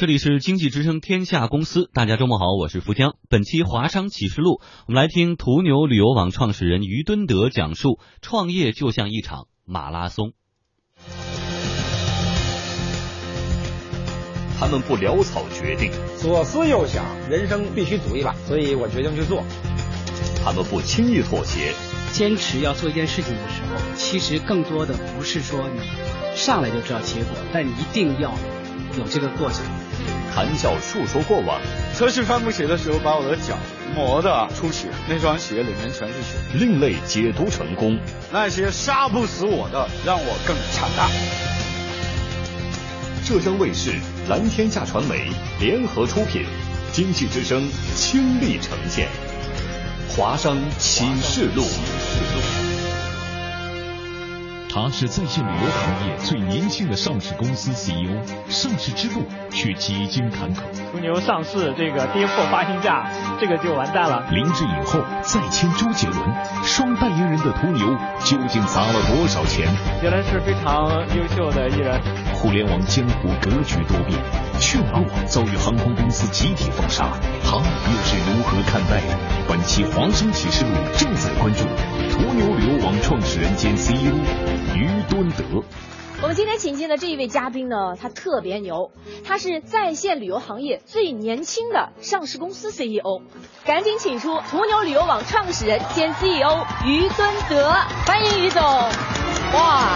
这里是经济之声天下公司，大家周末好，我是福江。本期华商启示录，我们来听途牛旅游网创始人于敦德讲述创业就像一场马拉松。 他们不潦草决定， 左思右想，人生必须赌一把，所以我决定去做。 他们不轻易妥协， 坚持要做一件事情的时候，其实更多的不是说你上来就知道结果，但你一定要有这个过程。 谈笑述说过往， 测试帆布鞋的时候把我的脚磨得出血，那双鞋里面全是血。 另类解读成功， 那些杀不死我的，让我更强大。 浙江卫视、蓝天下传媒联合出品，经济之声倾力呈现，华商启示录。 他是在线旅游行业最年轻的上市公司 CEO， 上市之路却几经坎坷。 途牛上市这个跌破发行价，这个就完蛋了。 林志颖后再签周杰伦，双代言人的途牛究竟砸了多少钱？ 杰伦是非常优秀的艺人。 互联网江湖格局多变，去哪儿网遭遇航空公司集体封杀，他又是如何看待的？本期华商启示录正在关注途牛旅游网创始人兼 CEO 于敦德。 我们今天请进的这一位嘉宾呢，他特别牛，他是在线旅游行业最年轻的上市公司 CEO， 赶紧请出途牛旅游网创始人兼 CEO 于敦德，欢迎于总。哇！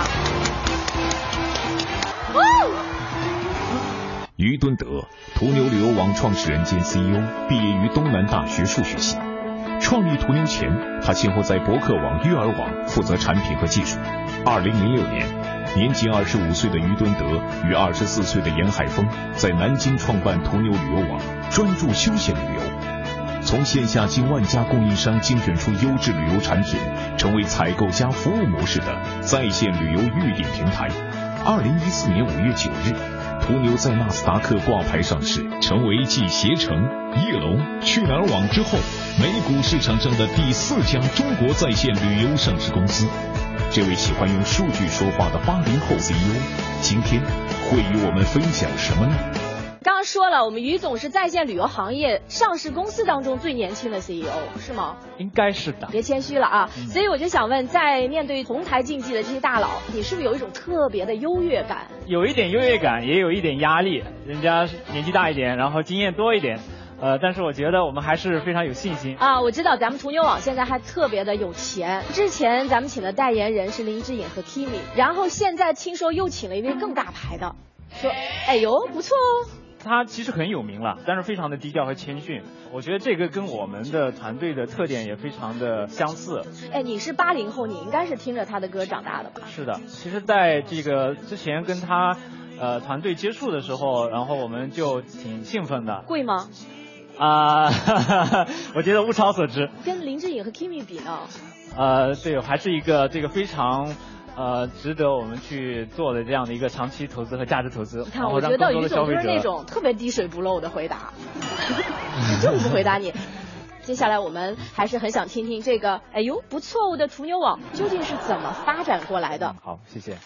于敦德，途牛旅游网创始人兼 CEO， 毕业于东南大学数学系。创立途牛前，他先后在博客网、育儿网负责产品和技术。2006年，年仅25岁的于敦德与24岁的严海峰在南京创办途牛旅游网，专注休闲旅游。从线下近万家供应商精选出优质旅游产品，成为采购加服务模式的在线旅游预订平台。2014年5月9日，途牛在纳斯达克挂牌上市，成为继携程、叶龙、去哪儿网之后，美股市场上的第4家中国在线旅游上市公司。这位喜欢用数据说话的80后 CEO， 今天会与我们分享什么呢？ 刚刚说了，我们于总是在线旅游行业上市公司当中最年轻的 CEO， 是吗？ 应该是的， 别谦虚了啊。所以我就想问，在面对同台竞技的这些大佬，你是不是有一种特别的优越感？ 有一点优越感，也有一点压力。人家年纪大一点，然后经验多一点。但是我觉得我们还是非常有信心啊！我知道咱们途牛网现在还特别的有钱，之前咱们请的代言人是林志颖和 Kimi， 然后现在听说又请了一位更大牌的，说哎呦不错哦。 他其实很有名了，但是非常的低调和谦逊。我觉得这个跟我们的团队的特点也非常的相似。 哎，你是80后，你应该是听着他的歌长大的吧？ 是的，其实在这个之前跟他团队接触的时候，然后我们就挺兴奋的。 贵吗？ 我觉得物超所值。 跟林志颖和 Kimi 比呢？ 对，还是一个这个非常值得我们去做的这样的一个长期投资和价值投资。 你看，我觉得于总就是那种特别滴水不漏的回答，就是回答你。接下来我们还是很想听听这个哎呦不错误的途牛网究竟是怎么发展过来的。 好，谢谢。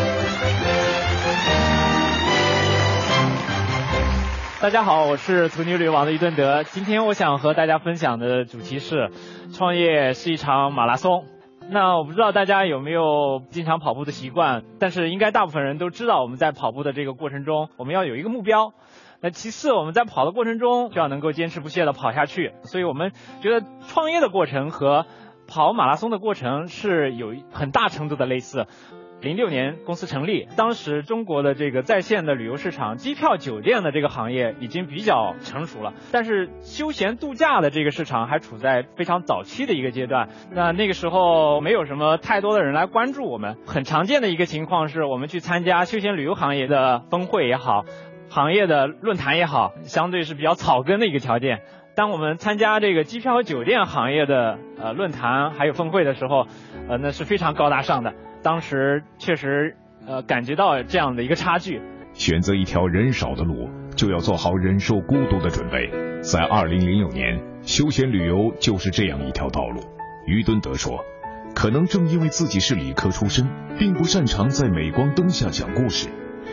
大家好，我是途牛旅游网的于敦德。今天我想和大家分享的主题是创业是一场马拉松。那我不知道大家有没有经常跑步的习惯，但是应该大部分人都知道我们在跑步的这个过程中，我们要有一个目标。那其次我们在跑的过程中就要能够坚持不懈地跑下去。所以我们觉得创业的过程和跑马拉松的过程是有很大程度的类似。06年公司成立，当时中国的这个在线的旅游市场，机票酒店的这个行业已经比较成熟了，但是休闲度假的这个市场还处在非常早期的一个阶段。那个时候没有什么太多的人来关注我们，很常见的一个情况是我们去参加休闲旅游行业的峰会也好，行业的论坛也好，相对是比较草根的一个条件。当我们参加这个机票和酒店行业的论坛还有峰会的时候，那是非常高大上的。当时确实感觉到这样的一个差距。 选择一条人少的路，就要做好忍受孤独的准备。在2006年，休闲旅游就是这样一条道路。于敦德说，可能正因为自己是理科出身，并不擅长在镁光灯下讲故事，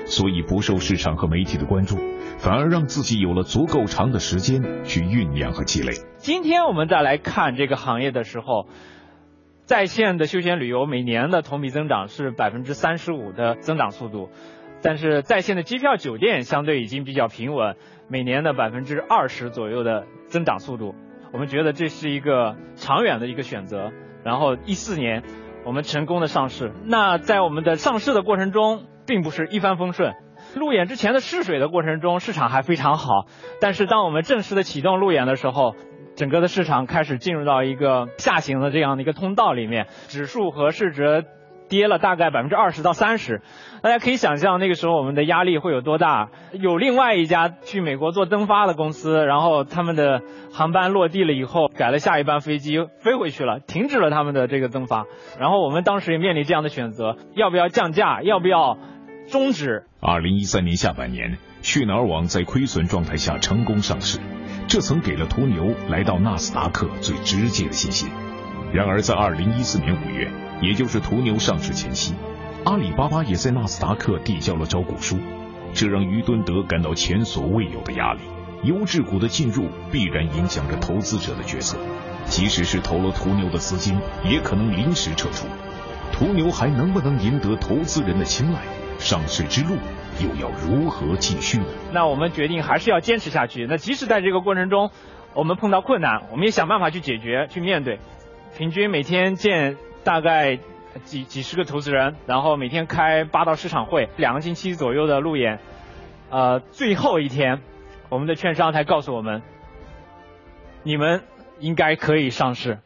所以不受市场和媒体的关注，反而让自己有了足够长的时间去酝酿和积累。 今天我们再来看这个行业的时候，在线的休闲旅游每年的同比增长是35%的增长速度，但是在线的机票酒店相对已经比较平稳，每年的20%左右的增长速度。我们觉得这是一个长远的一个选择。然后14年我们成功的上市，那在我们的上市的过程中并不是一帆风顺，路演之前的试水的过程中市场还非常好，但是当我们正式的启动路演的时候，整个的市场开始进入到一个下行的这样的一个通道里面，指数和市值跌了大概20%到30%，大家可以想象那个时候我们的压力会有多大。有另外一家去美国做登发的公司，然后他们的航班落地了以后，改了下一班飞机飞回去了，停止了他们的这个登发。然后我们当时也面临这样的选择，要不要降价，要不要终止。 2013年下半年，去哪儿网在亏损状态下成功上市，这曾给了途牛来到纳斯达克最直接的信心。然而在2014年5月，也就是途牛上市前夕，阿里巴巴也在纳斯达克递交了招股书，这让于敦德感到前所未有的压力。优质股的进入必然影响着投资者的决策，即使是投了途牛的资金，也可能临时撤出。途牛还能不能赢得投资人的青睐？上市之路又要如何继续呢？ 那我们决定还是要坚持下去。那即使在这个过程中我们碰到困难，我们也想办法去解决，去面对。平均每天见大概几十个投资人，然后每天开8到10场会，2个星期左右的路演。最后一天我们的券商才告诉我们，你们应该可以上市。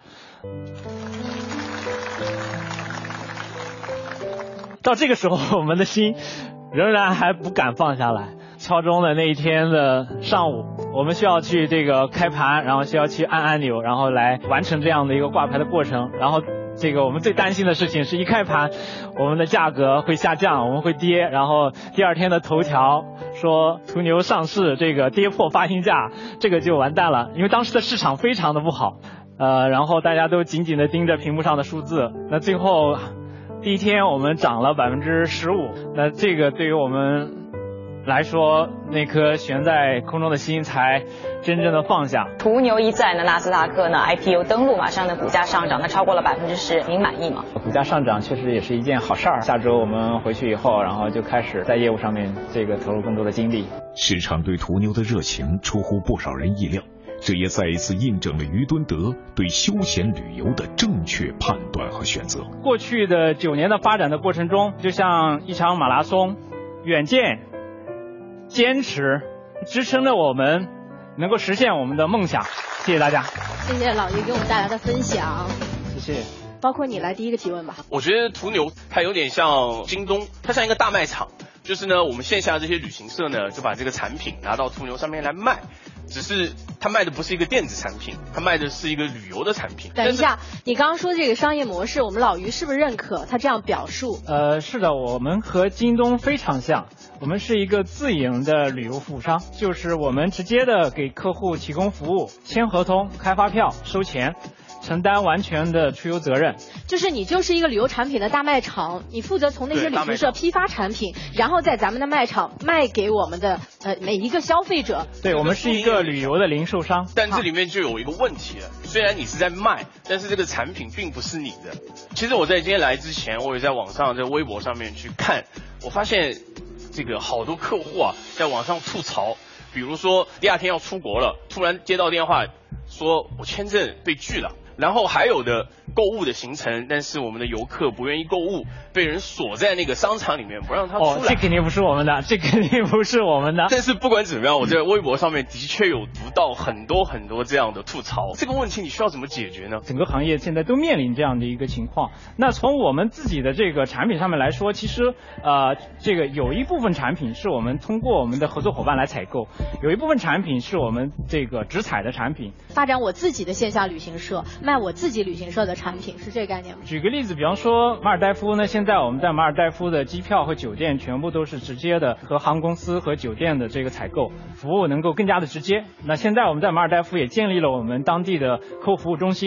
到这个时候我们的心仍然还不敢放下来。敲钟的那一天的上午，我们需要去这个开盘，然后需要去按按钮，然后来完成这样的一个挂牌的过程。然后这个我们最担心的事情是一开盘我们的价格会下降，我们会跌，然后第二天的头条说途牛上市这个跌破发行价，这个就完蛋了。因为当时的市场非常的不好，然后大家都紧紧的盯着屏幕上的数字。那最后第一天我们涨了15%，那这个对于我们来说，那颗悬在空中的心才真正的放下。 途牛一在纳斯达克IPO 登陆，马上股价上涨，超过了10%，您满意吗？ 股价上涨确实也是一件好事儿。下周我们回去以后，然后就开始在业务上面投入更多的精力。 市场对途牛的热情出乎不少人意料，这也再一次印证了于敦德对休闲旅游的正确判断和选择。 过去的9年的发展的过程中，就像一场马拉松，远见、坚持支撑着我们能够实现我们的梦想。谢谢大家。 谢谢老爷给我们带来的分享。 谢谢。 包括你来第一个提问吧。 我觉得途牛它有点像京东，它像一个大卖场，就是呢我们线下这些旅行社呢就把这个产品拿到途牛上面来卖，只是它卖的不是一个电子产品，它卖的是一个旅游的产品。 等一下，你刚刚说这个商业模式，我们老于是不是认可他这样表述？ 是的，我们和京东非常像，我们是一个自营的旅游服务商，就是我们直接的给客户提供服务，签合同、开发票、收钱，承担完全的出游责任。 就是你就是一个旅游产品的大卖场，你负责从那些旅行社批发产品，然后在咱们的卖场卖给我们的每一个消费者。 对，我们是一个旅游的零售商。 但这里面就有一个问题了，虽然你是在卖，但是这个产品并不是你的。其实我在今天来之前，我也在网上在微博上面去看，我发现这个好多客户啊在网上吐槽，比如说第二天要出国了，突然接到电话说我签证被拒了，然后还有的购物的行程，但是我们的游客不愿意购物，被人锁在那个商场里面不让他出来。 这肯定不是我们的，这肯定不是我们的。 但是不管怎么样，我在微博上面的确有读到很多这样的吐槽。这个问题你需要怎么解决呢？ 整个行业现在都面临这样的一个情况。那从我们自己的这个产品上面来说，其实这个有一部分产品是我们通过我们的合作伙伴来采购，有一部分产品是我们这个直采的产品。 发展我自己的线下旅行社，卖我自己旅行社的产品，是这个概念吗？ 举个例子，比方说马尔代夫呢，现在我们在马尔代夫的机票和酒店全部都是直接的和航空公司和酒店的这个采购服务能够更加的直接。那现在我们在马尔代夫也建立了我们当地的客户服务中心，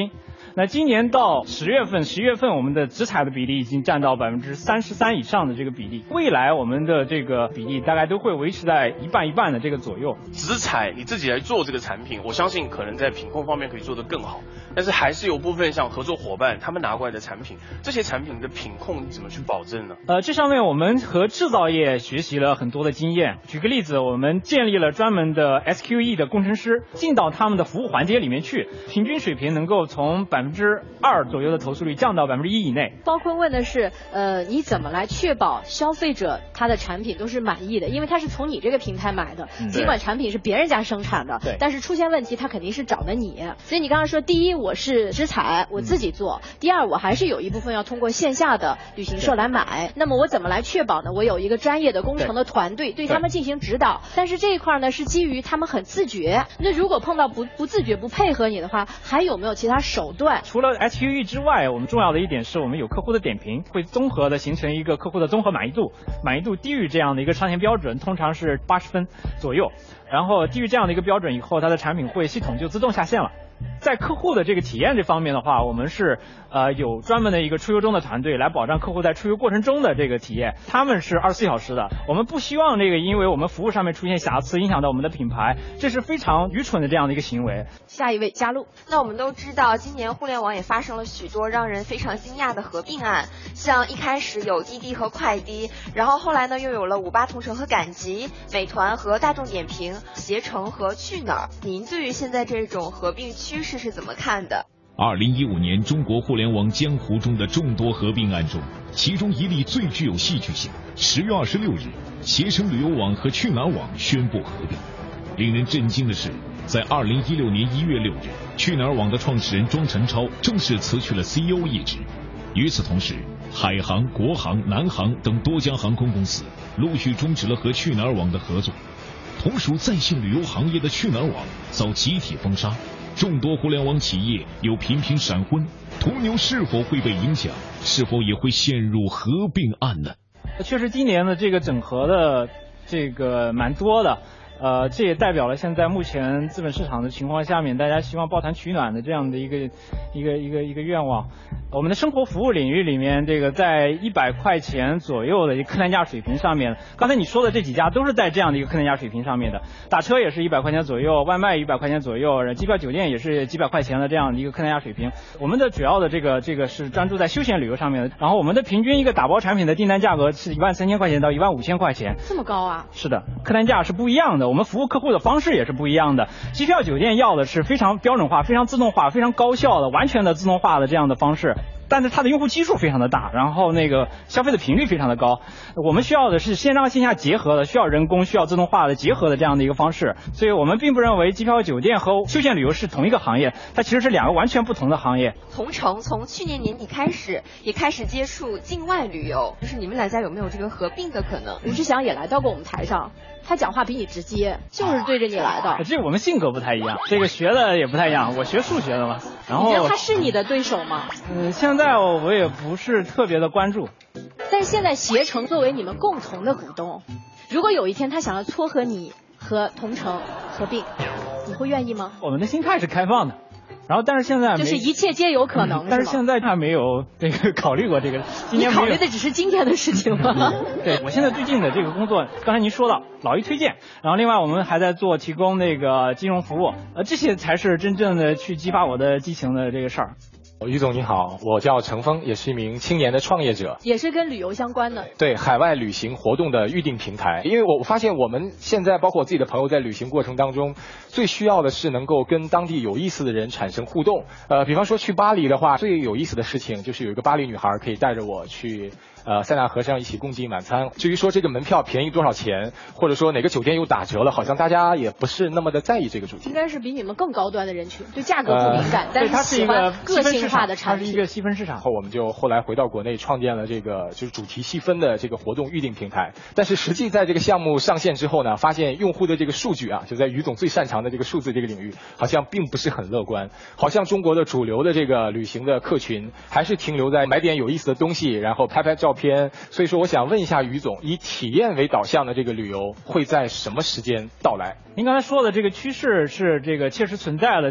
那今年到10月份、11月份，我们的直采的比例已经占到33%以上的这个比例。未来我们的这个比例大概都会维持在一半一半的这个左右。 直采你自己来做这个产品，我相信可能在品控方面可以做得更好，但是还是有部分像合作伙伴他们拿过来的产品，这些产品的品控你怎么去保证呢？ 这上面我们和制造业学习了很多的经验。举个例子，我们建立了专门的 SQE 的工程师进到他们的服务环节里面去，平均水平能够从2%左右的投诉率降到1%以内。 包坤问的是，你怎么来确保消费者他的产品都是满意的？因为他是从你这个平台买的，尽管产品是别人家生产的，但是出现问题他肯定是找的你。所以你刚刚说，第一我是直采，我自己做；第二我还是有一部分要通过线下的旅行社来买。那么我怎么来确保呢？我有一个专业的工程的团队对他们进行指导，但是这一块呢是基于他们很自觉。那如果碰到不自觉不配合你的话，还有没有其他手段？ 除了 SQE 之外，我们重要的一点是我们有客户的点评，会综合的形成一个客户的综合满意度，满意度低于这样的一个上限标准，通常是80分左右，然后低于这样的一个标准以后，它的产品会系统就自动下线了。在客户的这个体验这方面的话，我们是有专门的一个出游中的团队来保障客户在出游过程中的这个体验，他们是24小时的。我们不希望这个因为我们服务上面出现瑕疵影响到我们的品牌，这是非常愚蠢的这样的一个行为。 下一位嘉璐。 那我们都知道，今年互联网也发生了许多让人非常惊讶的合并案，像一开始有滴滴和快滴，然后后来呢又有了58同城和赶集，美团和大众点评，携程和去哪儿。您对于现在这种合并趋势是怎么看的 ？2015年中国互联网江湖中的众多合并案中，其中一例最具有戏剧性。10月26日，携程旅游网和去哪儿网宣布合并。令人震惊的是，在2016年1月6日，去哪儿网的创始人庄晨超正式辞去了 CEO 一职。与此同时，海航、国航、南航等多家航空公司陆续终止了和去哪儿网的合作。同属在线旅游行业的去哪儿网遭集体封杀，众多互联网企业又频频闪婚，途牛是否会被影响？是否也会陷入合并案呢？ 确实，今年的这个整合的这个蛮多的。这也代表了现在目前资本市场的情况下面，大家希望抱团取暖的这样的一个愿望。我们的生活服务领域里面，这个在100块钱左右的一个客单价水平上面，刚才你说的这几家都是在这样的一个客单价水平上面的。打车也是100块钱左右，外卖100块钱左右，机票酒店也是几百块钱的这样的一个客单价水平。我们的主要的这个是专注在休闲旅游上面的，然后我们的平均一个打包产品的订单价格是13000块钱到15000块钱。 这么高啊？ 是的，客单价是不一样的。我们服务客户的方式也是不一样的。机票酒店要的是非常标准化、非常自动化、非常高效的、完全的自动化的这样的方式，但是它的用户基数非常的大，然后那个消费的频率非常的高。我们需要的是线上线下结合的，需要人工、需要自动化的结合的这样的一个方式。所以我们并不认为机票酒店和休闲旅游是同一个行业，它其实是两个完全不同的行业。 同城从去年年底开始也开始接触境外旅游，就是你们两家有没有这个合并的可能？ 吴志祥也来到过我们台上，他讲话比你直接，就是对着你来的。 这我们性格不太一样，这个学的也不太一样。我学数学的嘛，然后你觉得他是你的对手吗？ 现在我也不是特别的关注。 但是现在携程作为你们共同的股东，如果有一天他想要撮合你和同城合并，你会愿意吗？ 我们的心态是开放的。然后，但是现在就是一切皆有可能， 但是现在还没有这个考虑过这个。今年你考虑的只是今天的事情吗？ 对，我现在最近的这个工作，刚才您说到老一推荐，然后另外我们还在做提供那个金融服务，这些才是真正的去激发我的激情的这个事儿。 于总你好，我叫程峰，也是一名青年的创业者， 也是跟旅游相关的。 对，海外旅行活动的预订平台。因为我发现我们现在包括我自己的朋友在旅行过程当中，最需要的是能够跟当地有意思的人产生互动。比方说去巴黎的话，最有意思的事情就是有一个巴黎女孩可以带着我去塞纳河上一起共进晚餐。至于说这个门票便宜多少钱，或者说哪个酒店又打折了，好像大家也不是那么的在意这个主题。 应该是比你们更高端的人群，对价格不敏感，但是喜欢个性化的产品。 它是一个细分市场。 我们就后来回到国内，创建了这个就是主题细分的这个活动预订平台。但是实际在这个项目上线之后呢，发现用户的这个数据啊，就在于总最擅长的这个数字这个领域，好像并不是很乐观。好像中国的主流的这个旅行的客群还是停留在买点有意思的东西，然后拍拍照片。所以说我想问一下于总，以体验为导向的这个旅游会在什么时间到来？ 您刚才说的这个趋势是这个切实存在的。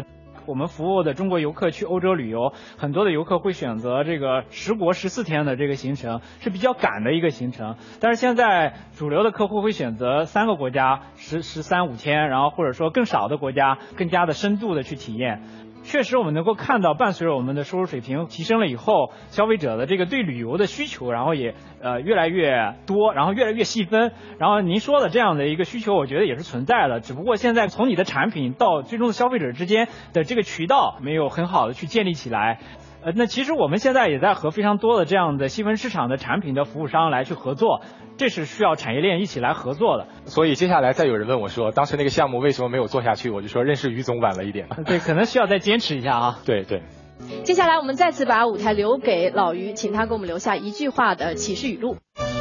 我们服务的中国游客去欧洲旅游，很多的游客会选择这个10国14天的这个行程，是比较赶的一个行程。但是现在主流的客户会选择3个国家13-15天，然后或者说更少的国家，更加的深度的去体验。确实我们能够看到，伴随着我们的收入水平提升了以后，消费者的这个对旅游的需求，然后也越来越多，然后越来越细分。然后您说的这样的一个需求，我觉得也是存在的，只不过现在从你的产品到最终的消费者之间的这个渠道没有很好的去建立起来。那其实我们现在也在和非常多的这样的细分市场的产品的服务商来去合作，这是需要产业链一起来合作的。 所以接下来再有人问我说，当时那个项目为什么没有做下去，我就说认识于总晚了一点。 对，可能需要再坚持一下啊。 对。 接下来我们再次把舞台留给老于，请他给我们留下一句话的启示语录。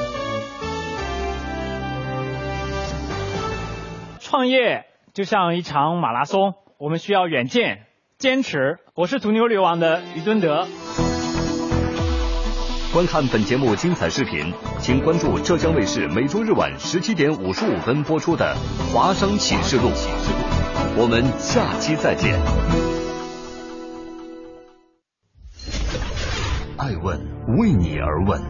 创业就像一场马拉松，我们需要远见、坚持。我是途牛旅游网的于敦德。 观看本节目精彩视频，请关注浙江卫视每周日晚17点55分播出的《华商启示录》。我们下期再见。爱问为你而问。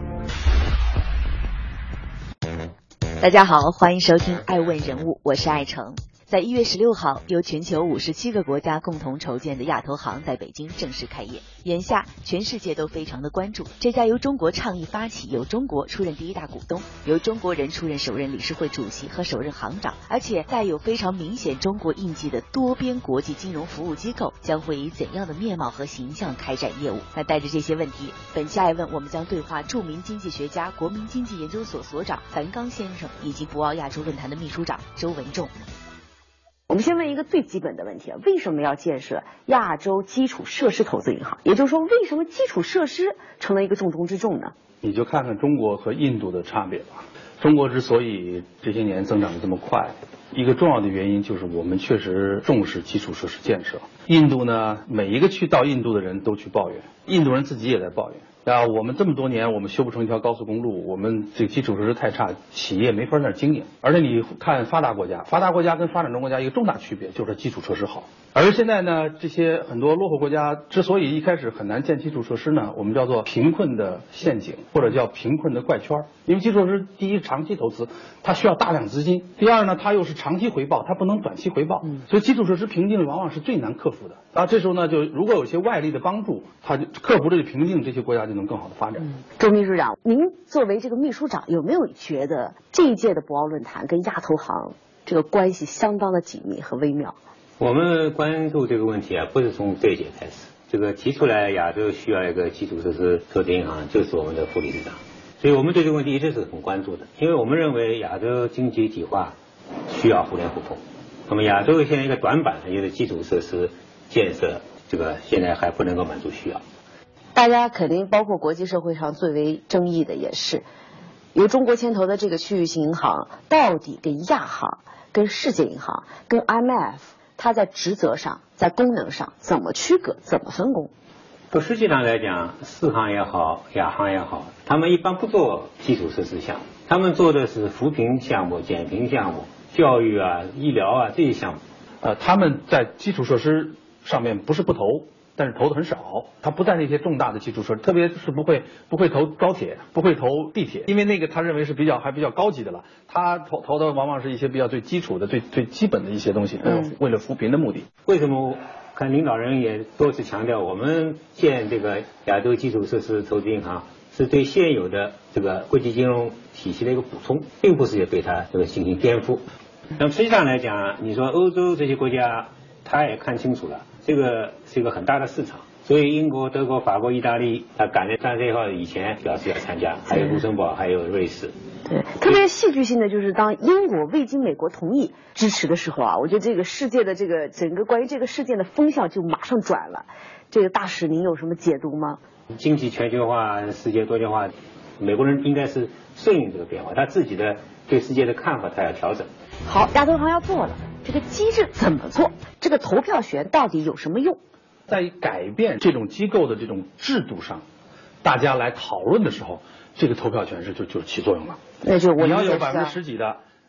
大家好，欢迎收听爱问人物，我是爱成。在1月16号，由全球57个国家共同筹建的亚投行在北京正式开业。眼下，全世界都非常的关注这家由中国倡议发起，由中国出任第一大股东，由中国人出任首任理事会主席和首任行长，而且带有非常明显中国印记的多边国际金融服务机构将会以怎样的面貌和形象开展业务？那带着这些问题，本期爱问我们将对话著名经济学家、国民经济研究所所长樊纲先生以及博鳌亚洲论坛的秘书长周文重。 我们先问一个最基本的问题，为什么要建设亚洲基础设施投资银行？也就是说，为什么基础设施成了一个重中之重呢？ 你就看看中国和印度的差别吧。中国之所以这些年增长得这么快，一个重要的原因就是我们确实重视基础设施建设。印度呢，每一个到印度的人都去抱怨，印度人自己也在抱怨。我们这么多年我们修不成一条高速公路，我们这个基础设施太差，企业没法在那儿经营。而且你看发达国家跟发展中国家一个重大区别就是基础设施好。而现在呢，这些很多落后国家之所以一开始很难建基础设施呢，我们叫做贫困的陷阱，或者叫贫困的怪圈。因为基础设施第一长期投资，它需要大量资金；第二呢，它又是长期回报，它不能短期回报。所以基础设施瓶颈往往是最难克服的。这时候呢，就如果有一些外力的帮助，它就克服这个瓶颈，这些国家就能更好的发展。 周秘书长，您作为这个秘书长，有没有觉得这一届的博鳌论坛跟亚投行这个关系相当的紧密和微妙？ 我们关注这个问题不是从这一届开始，这个提出来亚洲需要一个基础设施投资银行，就是我们的副理事长，所以我们对这个问题一直是很关注的，因为我们认为亚洲经济一体化需要互联互通。那么亚洲现在一个短板就是基础设施建设，这个现在还不能够满足需要。 大家肯定包括国际社会上最为争议的也是由中国牵头的这个区域性银行到底跟亚行、跟世界银行、跟 IMF 它在职责上、在功能上怎么区隔、怎么分工？ 实际上来讲，世行也好，亚行也好，他们一般不做基础设施项目，他们做的是扶贫项目、减贫项目、教育医疗这些项目。 他们在基础设施上面不是不投，但是投的很少。他不在那些重大的基础设施，特别是不会投高铁，不会投地铁，因为那个他认为是比较高级的了。他投的往往是一些比较最基础的、最基本的一些东西，为了扶贫的目的。 为什么看领导人也多次强调，我们建这个亚洲基础设施投资银行是对现有的这个国际金融体系的一个补充，并不是也对它这个进行颠覆。那么实际上来讲，你说欧洲这些国家，他也看清楚了，这个是一个很大的市场，所以英国、德国、法国、意大利赶在3-4号以前表示要参加，还有卢森堡，还有瑞士。 对，特别戏剧性的就是当英国未经美国同意支持的时候我觉得这个世界的这个整个关于这个事件的风向就马上转了。这个大使您有什么解读吗？ 经济全球化、世界多元化，美国人应该是顺应这个变化，他自己的对世界的看法他要调整。 好，亚投行要做了，这个机制怎么做？这个投票权到底有什么用？ 在改变这种机构的这种制度上，大家来讨论的时候，这个投票权就是起作用了。 那就你要有10%几的，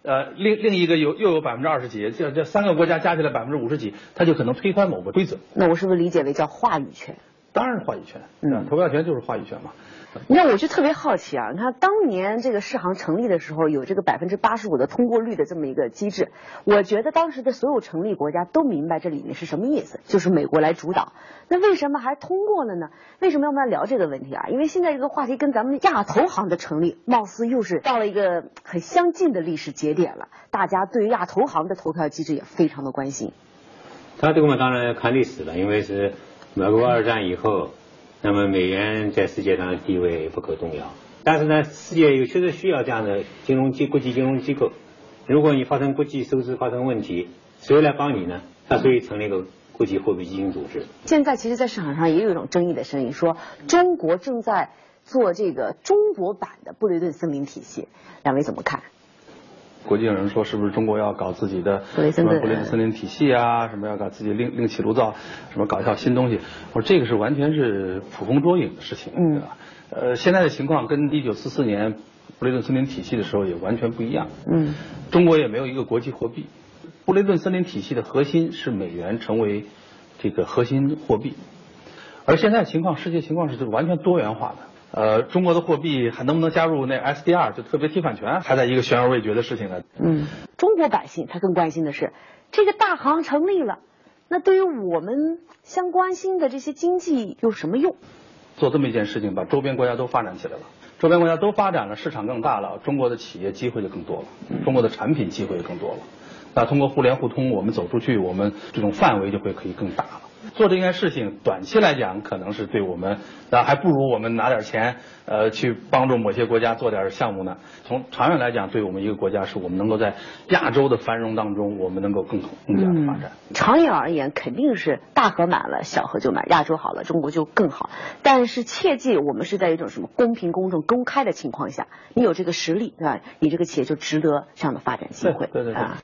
另一个又有20%几，这3个国家加起来50%几，它就可能推翻某个规则。 那我是不是理解为叫话语权？ 当然是话语权，投票权就是话语权嘛。 那我就特别好奇啊，你看当年这个世行成立的时候，有这个85%的通过率的这么一个机制，我觉得当时的所有成立国家都明白这里面是什么意思，就是美国来主导。那为什么还通过了呢？为什么要我们来聊这个问题啊？因为现在这个话题跟咱们亚投行的成立，貌似又是到了一个很相近的历史节点了。大家对于亚投行的投票机制也非常的关心。 它这个嘛，当然要看历史了，因为是美国2战以后。那么美元在世界上的地位不可动摇，但是呢，世界也确实需要这样的国际金融机构。如果你发生国际收支发生问题，谁来帮你呢？那所以成立一个国际货币基金组织。 现在其实，在市场上也有一种争议的声音，说中国正在做这个中国版的布雷顿森林体系，两位怎么看？ 国际上人说是不是中国要搞自己的什么布雷顿森林体系啊，什么要搞自己另起炉灶，什么搞一套新东西？我说这个是完全是捕风捉影的事情，对吧？现在的情况跟1944年布雷顿森林体系的时候也完全不一样。中国也没有一个国际货币，布雷顿森林体系的核心是美元成为这个核心货币，而现在情况，世界情况是完全多元化的。中国的货币还能不能加入那 SDR 就特别提款权，还在一个悬而未决的事情呢。 中国百姓他更关心的是这个大行成立了，那对于我们相关心的这些经济有什么用？ 做这么一件事情，把周边国家都发展起来了，周边国家都发展了，市场更大了，中国的企业机会就更多了，中国的产品机会就更多了。那通过互联互通，我们走出去，我们这种范围就会可以更大了。做这件事情，短期来讲可能是对我们，还不如我们拿点钱，去帮助某些国家做点项目呢。从长远来讲，对我们一个国家，是我们能够在亚洲的繁荣当中，我们能够更加的发展。 长远而言，肯定是大河满了，小河就满。亚洲好了，中国就更好。但是切记，我们是在一种什么公平、公正、公开的情况下，你有这个实力，对吧？你这个企业就值得这样的发展机会。 对。